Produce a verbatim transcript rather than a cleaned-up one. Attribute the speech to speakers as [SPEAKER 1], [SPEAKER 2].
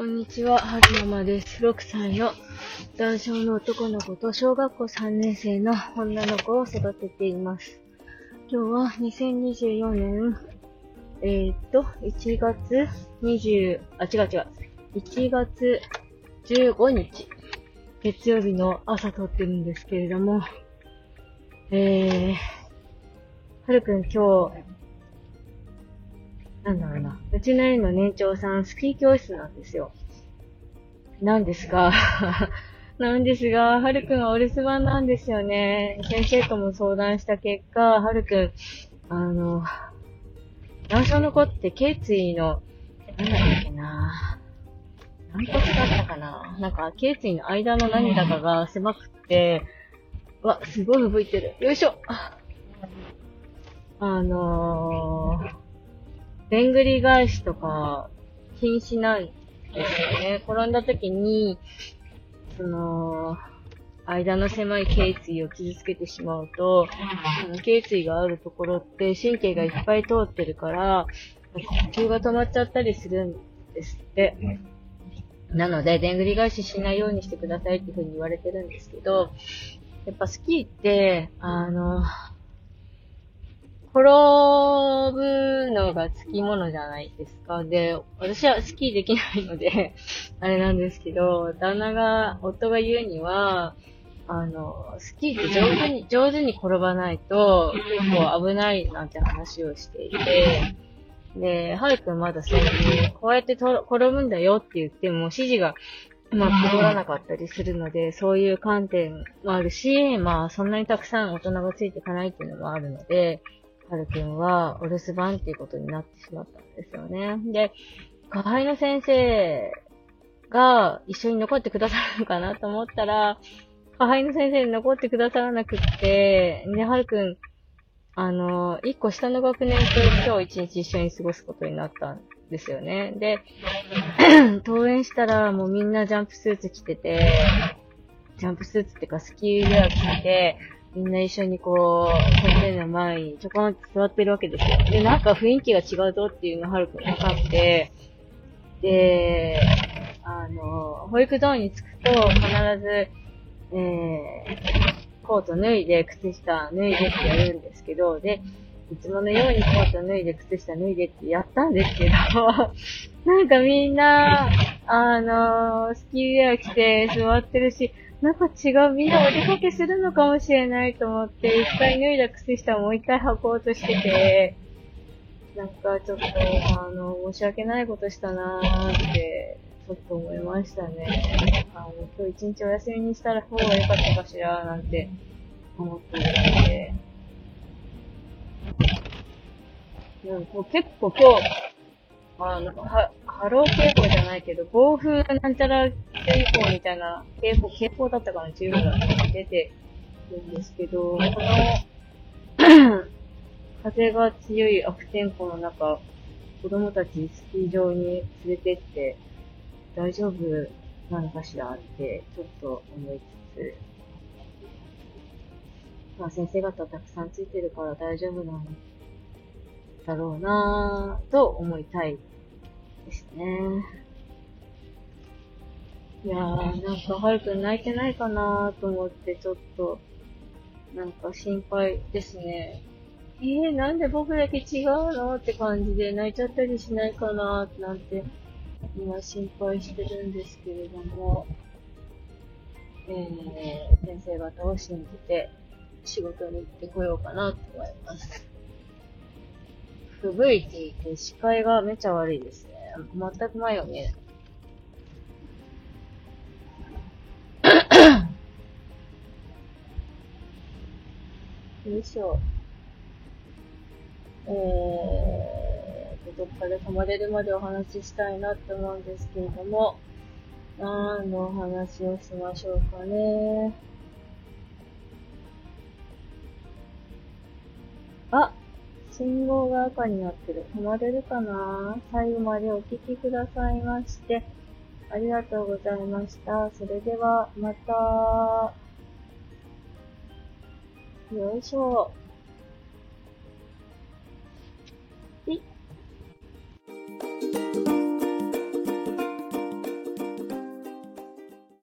[SPEAKER 1] こんにちは、はるままです。ろくさいの男性の男の子と小学校さんねん生の女の子を育てています。今日はにせんにじゅうよねん、えーっと、いちがつにじゅう、あ、違う違う、いちがつじゅうごにち、月曜日の朝撮ってるんですけれども、えー、はるくん今日、なんだろうな。うちの園の年長さん、スキー教室なんですよ。なんですが、なんですが、はるくんはお留守番なんですよね。先生とも相談した結果、はるくん、あの、難所の子って頸椎の、なんだっけな軟骨だったかななんか、頸椎の間の何だかが狭くって、うわ、すごい吹いてる。よいしょあのー、でんぐり返しとか、禁止なんですよね。転んだ時に、その、間の狭い頸椎を傷つけてしまうと、その頸椎があるところって神経がいっぱい通ってるから、呼吸が止まっちゃったりするんですって。なので、でんぐり返ししないようにしてくださいっていうふうに言われてるんですけど、やっぱスキーって、あの、転ぶのがつきものじゃないですか。で、私はスキーできないので、あれなんですけど、旦那が、夫が言うには、あの、スキーって上手に、上手に転ばないと、結構危ないなんて話をしていて、で、はるくんまだそういう、こうやってと転ぶんだよって言っても、指示がうまく通らなかったりするので、そういう観点もあるし、まあ、そんなにたくさん大人がついていかないっていうのもあるので、はるくんはお留守番っていうことになってしまったんですよね。で、下輩の先生が一緒に残ってくださるのかなと思ったら、下輩の先生に残ってくださらなくって、で、はるくん、あの、一個下の学年と今日一日一緒に過ごすことになったんですよね。で、登園したらもうみんなジャンプスーツ着てて、ジャンプスーツってかスキーウェア着て、みんな一緒にこう、先生の前にちょこんって座ってるわけですよ。で、なんか雰囲気が違うぞっていうのをはるくん分かって、で、あの、保育ゾーンに着くと必ず、えー、コート脱いで、靴下脱いでってやるんですけど、で、いつものようにコート脱いで、靴下脱いでってやったんですけど、なんかみんな、あの、スキーウェア着て座ってるし、なんか違う、みんなお出かけするのかもしれないと思って、一回脱いだ靴下をもう一回履こうとしてて、なんかちょっと、あの、申し訳ないことしたなーって、ちょっと思いましたね。あの、今日一日お休みにしたら方が良かったかしら、なんて思っているので。なんか結構今日、あの、は、波浪警報じゃないけど、暴風なんちゃら注意報みたいな、警報、警報だったかな、注意報だったかな、出てるんですけど、この、風が強い悪天候の中、子供たちスキー場に連れてって大丈夫なのかしらってちょっと思いつつ、まあ先生方たくさんついてるから大丈夫なんだろうなぁと思いたいですね。いやーなんかはるくん泣いてないかなーと思ってちょっとなんか心配ですね。えー、なんで僕だけ違うのって感じで泣いちゃったりしないかなーなんて今心配してるんですけれども、えー、先生方を信じて仕事に行ってこようかなと思います。吹雪いていて視界がめちゃ悪いですね。全く前を見えない。よいしょ。えー、どっかで泊まれるまでお話ししたいなって思うんですけれども、何のお話をしましょうかね。あ、信号が赤になってる。止まれるかな？最後までお聞きくださいまして、ありがとうございました。それでは、また。よいしょ。